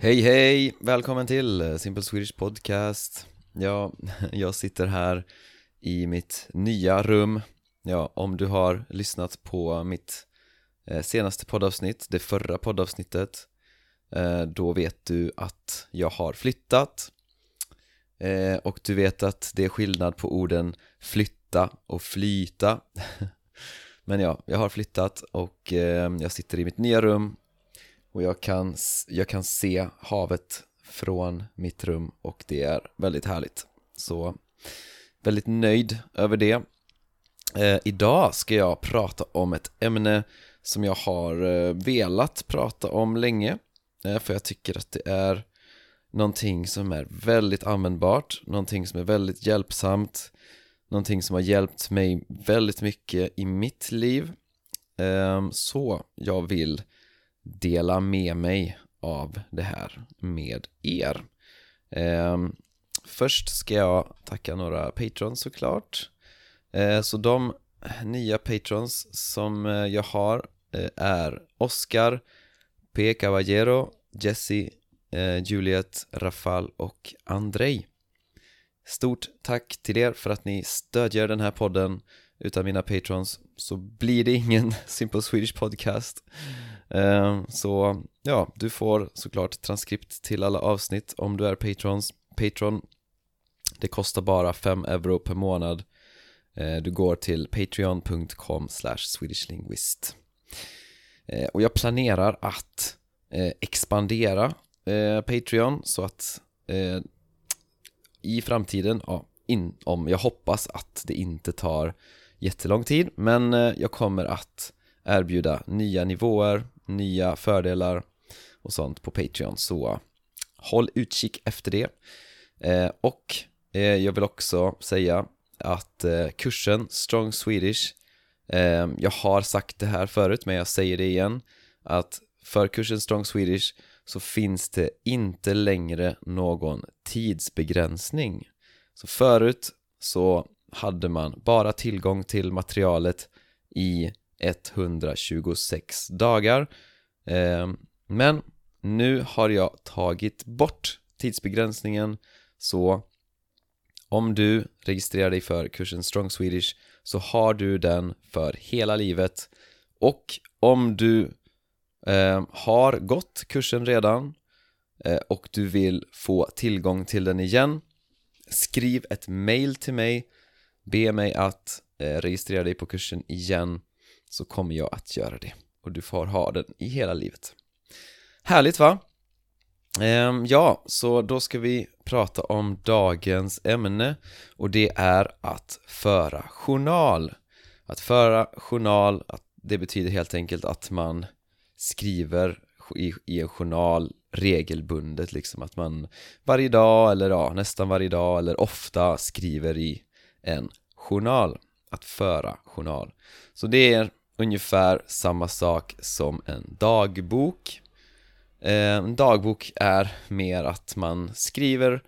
Hej hej, välkommen till Simple Swedish Podcast. Jag sitter här i mitt nya rum. Om du har lyssnat på mitt senaste poddavsnitt, det förra poddavsnittet, då vet du att jag har flyttat. Och du vet att det är skillnad på orden flytta och flyta. Men jag har flyttat och jag sitter i mitt nya rum. Och jag kan se havet från mitt rum och det är väldigt härligt. Så väldigt nöjd över det. Idag ska jag prata om ett ämne som jag har velat prata om länge. För jag tycker att det är någonting som är väldigt användbart. Någonting som är väldigt hjälpsamt. Någonting som har hjälpt mig väldigt mycket i mitt liv. Så jag vill dela med mig av det här med er. Först ska jag tacka några patrons såklart. Så de nya patrons som jag har är Oscar, P. Caballero, Jesse, Juliet, Rafal och Andrei. Stort tack till er för att ni stödjer den här podden. Utan mina patrons så blir det ingen Simple Swedish Podcast. Så ja, du får såklart transkript till alla avsnitt om du är patron. Det kostar bara 5 euro per månad. Du går till patreon.com/swedishlinguist. Och jag planerar att expandera Patreon så att i framtiden, om jag hoppas att det inte tar jättelång tid, men jag kommer att erbjuda nya nivåer, nya fördelar och sånt på Patreon, så håll utkik efter det. Och jag vill också säga att kursen Strong Swedish, jag har sagt det här förut men jag säger det igen, att för kursen Strong Swedish så finns det inte längre någon tidsbegränsning. Så förut så hade man bara tillgång till materialet i 126 dagar. Men nu har jag tagit bort tidsbegränsningen, så om du registrerar dig för kursen Strong Swedish så har du den för hela livet. Och om du har gått kursen redan och du vill få tillgång till den igen, skriv ett mail till mig, be mig att registrera dig på kursen igen, så kommer jag att göra det. Och du får ha den i hela livet. Härligt va? Så då ska vi prata om dagens ämne. Och det är att föra journal. Att föra journal, det betyder helt enkelt att man skriver i en journal regelbundet, liksom att man varje dag eller nästan varje dag eller ofta skriver i en journal. Att föra journal. Så det är ungefär samma sak som en dagbok. En dagbok är mer att man skriver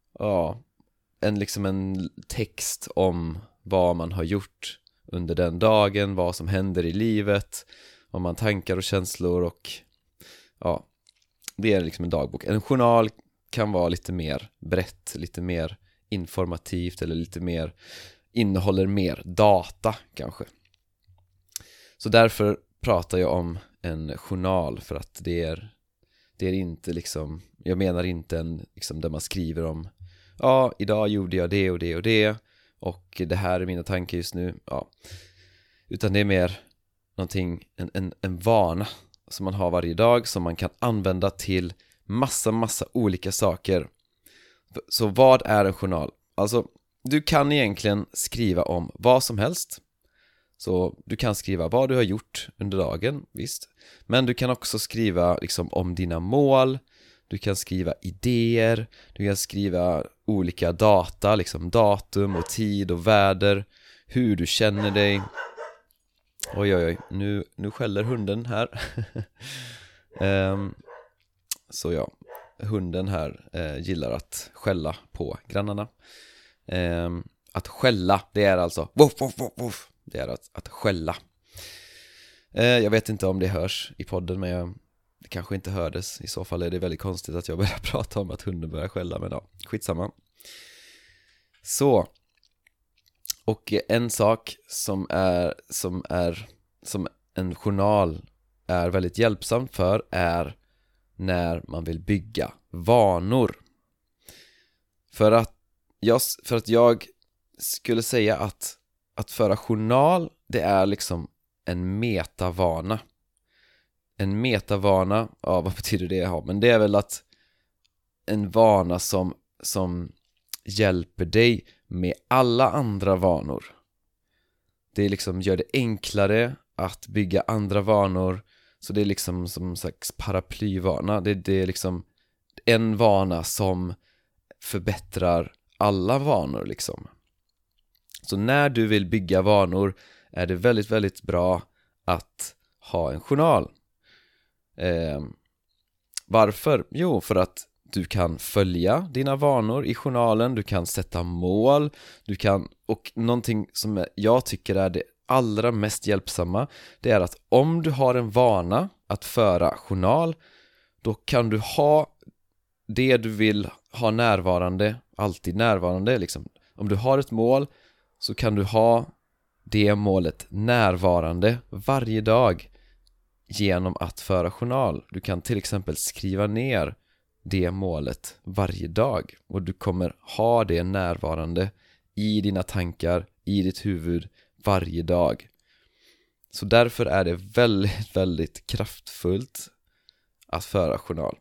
en text om vad man har gjort under den dagen, vad som händer i livet, vad man tankar och känslor, och det är liksom en dagbok. En journal kan vara lite mer brett, lite mer informativt eller lite mer, innehåller mer data kanske. Så därför pratar jag om en journal, för att det är inte liksom, jag menar inte en liksom där man skriver om idag gjorde jag det och det och det och det här är mina tankar just nu, utan det är mer någonting, en vana som man har varje dag som man kan använda till massa olika saker. Så vad är en journal? Alltså, du kan egentligen skriva om vad som helst. Så du kan skriva vad du har gjort under dagen, visst. Men du kan också skriva liksom om dina mål. Du kan skriva idéer. Du kan skriva olika data, liksom datum och tid och väder. Hur du känner dig. Oj, nu skäller hunden här. Så ja, hunden här gillar att skälla på grannarna. Att skälla, det är alltså woff, woff, woff, woff. Det är att skälla. Jag vet inte om det hörs i podden, men det kanske inte hördes. I så fall är det väldigt konstigt att jag börjar prata om att hunden börjar skälla. Men ja, skitsamma. Så. Och en sak som en journal är väldigt hjälpsam för är när man vill bygga vanor. För att jag skulle säga att föra journal, det är liksom en metavana. En metavana, ja, vad betyder det? Ja, men det är väl att en vana som hjälper dig med alla andra vanor. Det liksom gör det enklare att bygga andra vanor. Så det är liksom som en slags paraplyvana. Det är liksom en vana som förbättrar alla vanor liksom. Så när du vill bygga vanor är det väldigt, väldigt bra att ha en journal. Varför? Jo, för att du kan följa dina vanor i journalen, du kan sätta mål, och någonting som jag tycker är det allra mest hjälpsamma, det är att om du har en vana att föra journal, då kan du ha det du vill ha närvarande, alltid närvarande liksom. Om du har ett mål så kan du ha det målet närvarande varje dag genom att föra journal. Du kan till exempel skriva ner det målet varje dag och du kommer ha det närvarande i dina tankar, i ditt huvud varje dag. Så därför är det väldigt, väldigt kraftfullt att föra journal.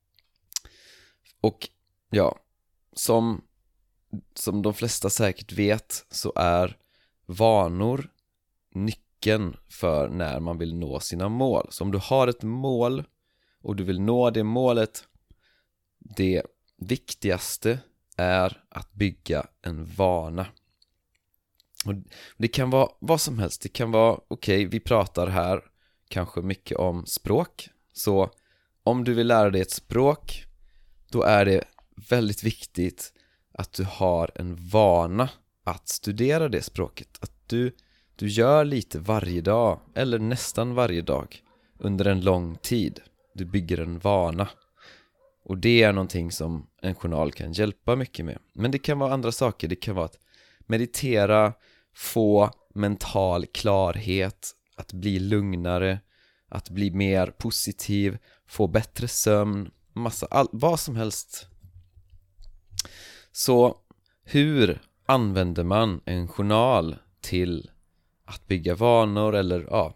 Och ja, som de flesta säkert vet så är vanor nyckeln för när man vill nå sina mål. Så om du har ett mål och du vill nå det målet, det viktigaste är att bygga en vana. Och det kan vara vad som helst. Det kan vara, okej, vi pratar här kanske mycket om språk. Så om du vill lära dig ett språk, då är det väldigt viktigt att du har en vana att studera det språket. Att du gör lite varje dag, eller nästan varje dag, under en lång tid. Du bygger en vana. Och det är någonting som en journal kan hjälpa mycket med. Men det kan vara andra saker. Det kan vara att meditera, få mental klarhet, att bli lugnare, att bli mer positiv, få bättre sömn, vad som helst. Så hur använder man en journal till att bygga vanor eller ja,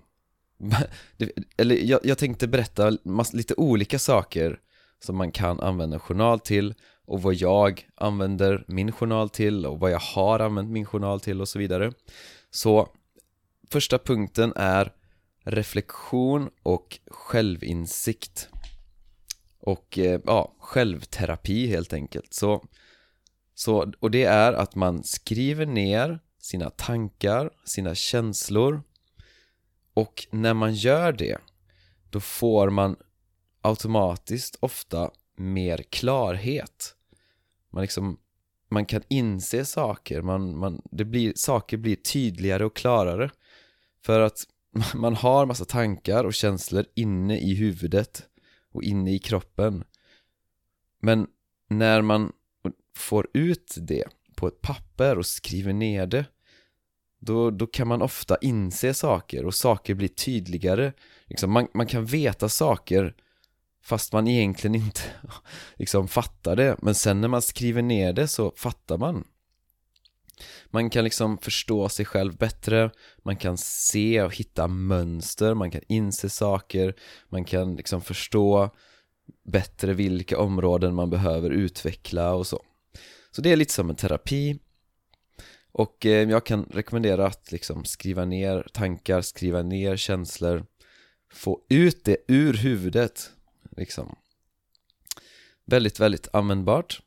jag tänkte berätta lite olika saker som man kan använda en journal till och vad jag använder min journal till och vad jag har använt min journal till och så vidare. Så första punkten är reflektion och självinsikt och självterapi helt enkelt. Så och det är att man skriver ner sina tankar, sina känslor, och när man gör det då får man automatiskt ofta mer klarhet. Man kan inse saker, saker blir tydligare och klarare för att man har massa tankar och känslor inne i huvudet och inne i kroppen. Men när man får ut det på ett papper och skriver ner det, då kan man ofta inse saker och saker blir tydligare. Man kan veta saker fast man egentligen inte fattar det. Men sen när man skriver ner det så fattar man. Man kan förstå sig själv bättre. Man kan se och hitta mönster. Man kan inse saker. Man kan förstå bättre vilka områden man behöver utveckla och så. Så det är lite som en terapi. Och jag kan rekommendera att skriva ner tankar, skriva ner känslor. Få ut det ur huvudet. Väldigt, väldigt användbart.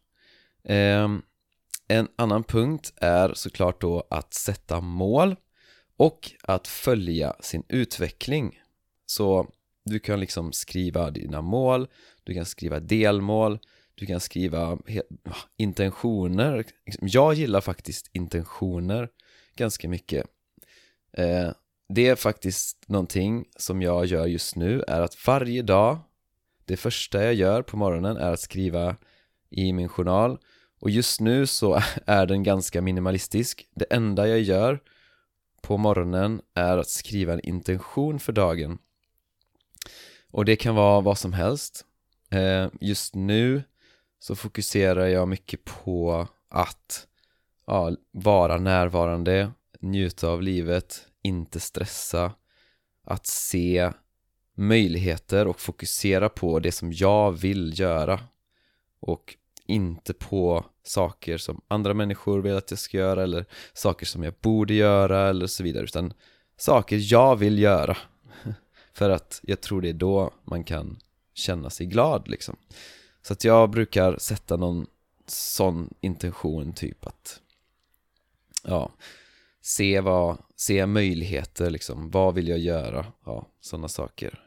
En annan punkt är såklart då att sätta mål och att följa sin utveckling. Så du kan skriva dina mål, du kan skriva delmål, du kan skriva intentioner. Jag gillar faktiskt intentioner ganska mycket. Det är faktiskt någonting som jag gör just nu, är att varje dag det första jag gör på morgonen är att skriva i min journal. Och just nu så är den ganska minimalistisk. Det enda jag gör på morgonen är att skriva en intention för dagen. Och det kan vara vad som helst. Just nu så fokuserar jag mycket på att vara närvarande, njuta av livet, inte stressa, att se möjligheter och fokusera på det som jag vill göra och inte på saker som andra människor vill att jag ska göra eller saker som jag borde göra eller så vidare, utan saker jag vill göra för att jag tror det är då man kan känna sig glad liksom. Så att jag brukar sätta någon sån intention, typ att se möjligheter liksom, vad vill jag göra, sådana saker.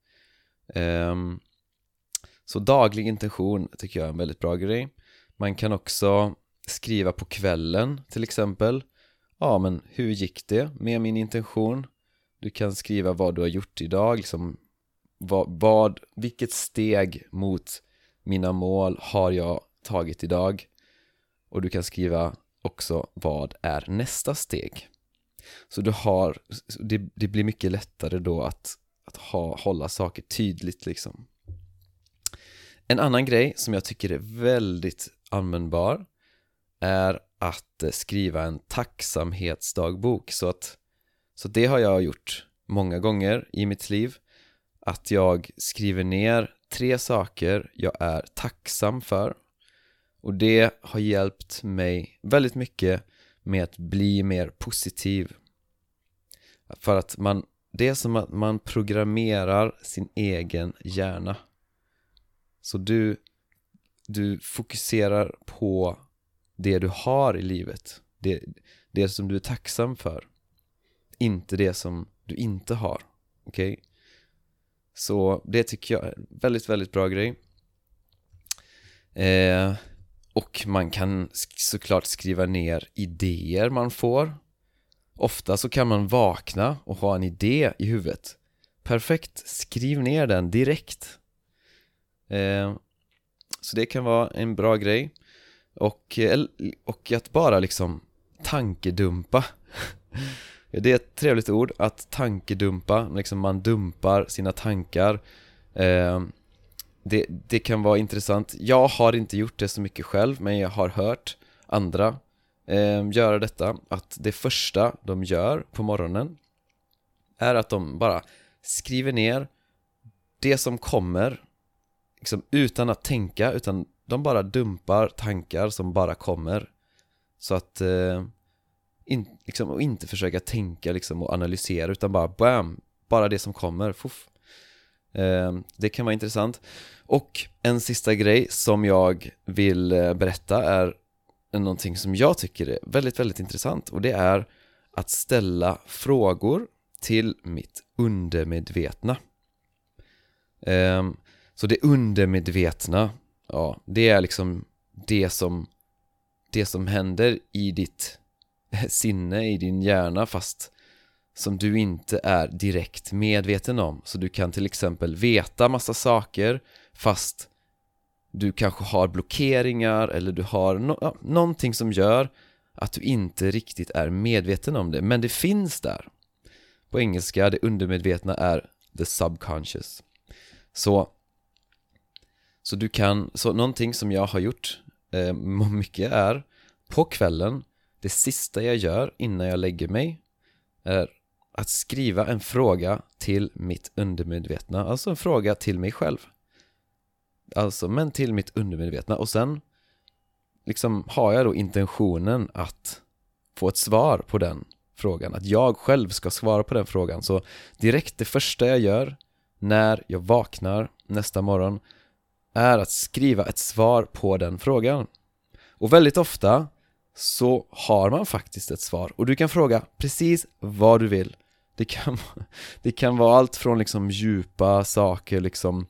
Så daglig intention tycker jag är en väldigt bra grej. Man kan också skriva på kvällen till exempel. Men hur gick det med min intention? Du kan skriva vad du har gjort idag liksom, vilket steg mot mina mål har jag tagit idag? Och du kan skriva också vad är nästa steg. Så det blir mycket lättare då att hålla saker tydligt liksom. En annan grej som jag tycker är väldigt användbar är att skriva en tacksamhetsdagbok. Så det har jag gjort många gånger i mitt liv. Att jag skriver ner 3 saker jag är tacksam för. Och det har hjälpt mig väldigt mycket med att bli mer positiv. För att det är som att man programmerar sin egen hjärna. Så du fokuserar på det du har i livet. Det som du är tacksam för. Inte det som du inte har. Okej? Så det tycker jag är en väldigt, väldigt bra grej. Och man kan såklart skriva ner idéer man får. Ofta så kan man vakna och ha en idé i huvudet. Perfekt, skriv ner den direkt. Så det kan vara en bra grej. Och att bara liksom tankedumpa. Det är ett trevligt ord, att tankedumpa. Liksom man dumpar sina tankar. Det kan vara intressant. Jag har inte gjort det så mycket själv, men jag har hört andra göra detta. Att det första de gör på morgonen är att de bara skriver ner det som kommer liksom, utan att tänka, utan de bara dumpar tankar som bara kommer. Så att liksom, och inte försöka tänka liksom, och analysera, utan bara det som kommer. Det kan vara intressant. Och en sista grej som jag vill berätta är någonting som jag tycker är väldigt, väldigt intressant. Och det är att ställa frågor till mitt undermedvetna. Så det undermedvetna, det är liksom det som händer i ditt sinne, i din hjärna, fast som du inte är direkt medveten om. Så du kan till exempel veta massa saker fast du kanske har blockeringar eller du har någonting som gör att du inte riktigt är medveten om det, men det finns där. På engelska, det undermedvetna är the subconscious. Så någonting som jag har gjort mycket är på kvällen, det sista jag gör innan jag lägger mig är att skriva en fråga till mitt undermedvetna. Alltså en fråga till mig själv. Men till mitt undermedvetna. Och sen liksom har jag då intentionen att få ett svar på den frågan. Att jag själv ska svara på den frågan. Så direkt det första jag gör när jag vaknar nästa morgon är att skriva ett svar på den frågan. Och väldigt ofta så har man faktiskt ett svar. Och du kan fråga precis vad du vill. Det kan vara allt från liksom djupa saker liksom,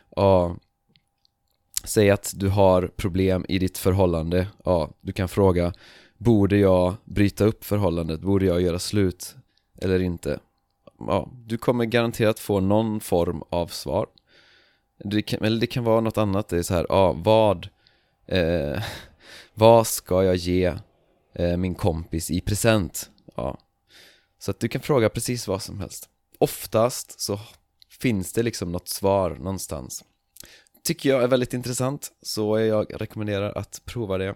säg att du har problem i ditt förhållande. Du kan fråga, borde jag bryta upp förhållandet? Borde jag göra slut eller inte? Du kommer garanterat få någon form av svar. Eller det kan vara något annat. Det är så här, vad ska jag ge min kompis i present? Ja. Så att du kan fråga precis vad som helst. Oftast så finns det liksom något svar någonstans. Tycker jag är väldigt intressant, så jag rekommenderar att prova det.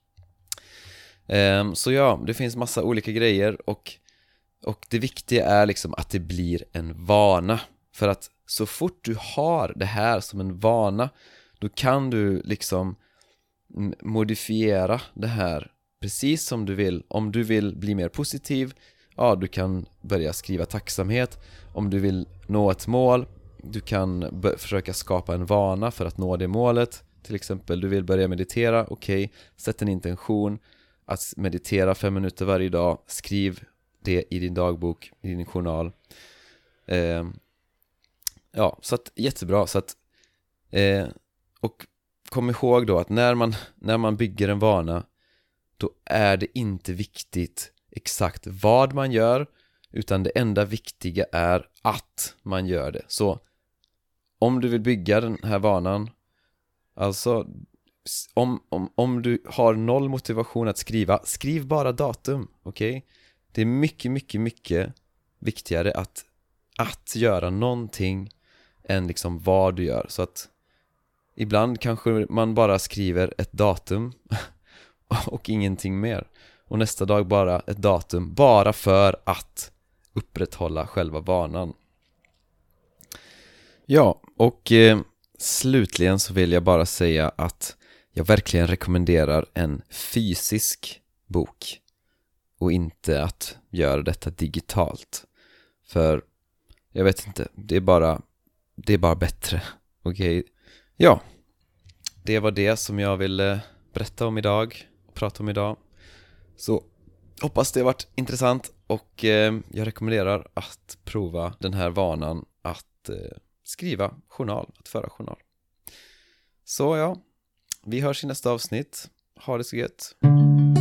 Så ja, det finns massa olika grejer, och det viktiga är liksom att det blir en vana. För att så fort du har det här som en vana, då kan du liksom modifiera det här precis som du vill. Om du vill bli mer positiv, ja, du kan börja skriva tacksamhet. Om du vill nå ett mål, du kan försöka skapa en vana för att nå det målet. Till exempel, du vill börja meditera, okej, sätt en intention att meditera 5 minuter varje dag. Skriv det i din dagbok, i din journal. Ja, så att jättebra. Så att, och kom ihåg då att när man bygger en vana, då är det inte viktigt exakt vad man gör, utan det enda viktiga är att man gör det. Så om du vill bygga den här vanan, alltså om du har 0 motivation att skriv bara datum, okej? Det är mycket, mycket, mycket viktigare att göra någonting än liksom vad du gör. Så att ibland kanske man bara skriver ett datum och ingenting mer. Och nästa dag bara ett datum, bara för att upprätthålla själva vanan. Ja, och slutligen så vill jag bara säga att jag verkligen rekommenderar en fysisk bok och inte att göra detta digitalt. För jag vet inte, det är bara bättre. Okej. Ja, det var det som jag ville berätta om idag och prata om idag. Så hoppas det har varit intressant, och jag rekommenderar att prova den här vanan att skriva journal, att föra journal. Så ja, vi hörs i nästa avsnitt. Ha det så gött.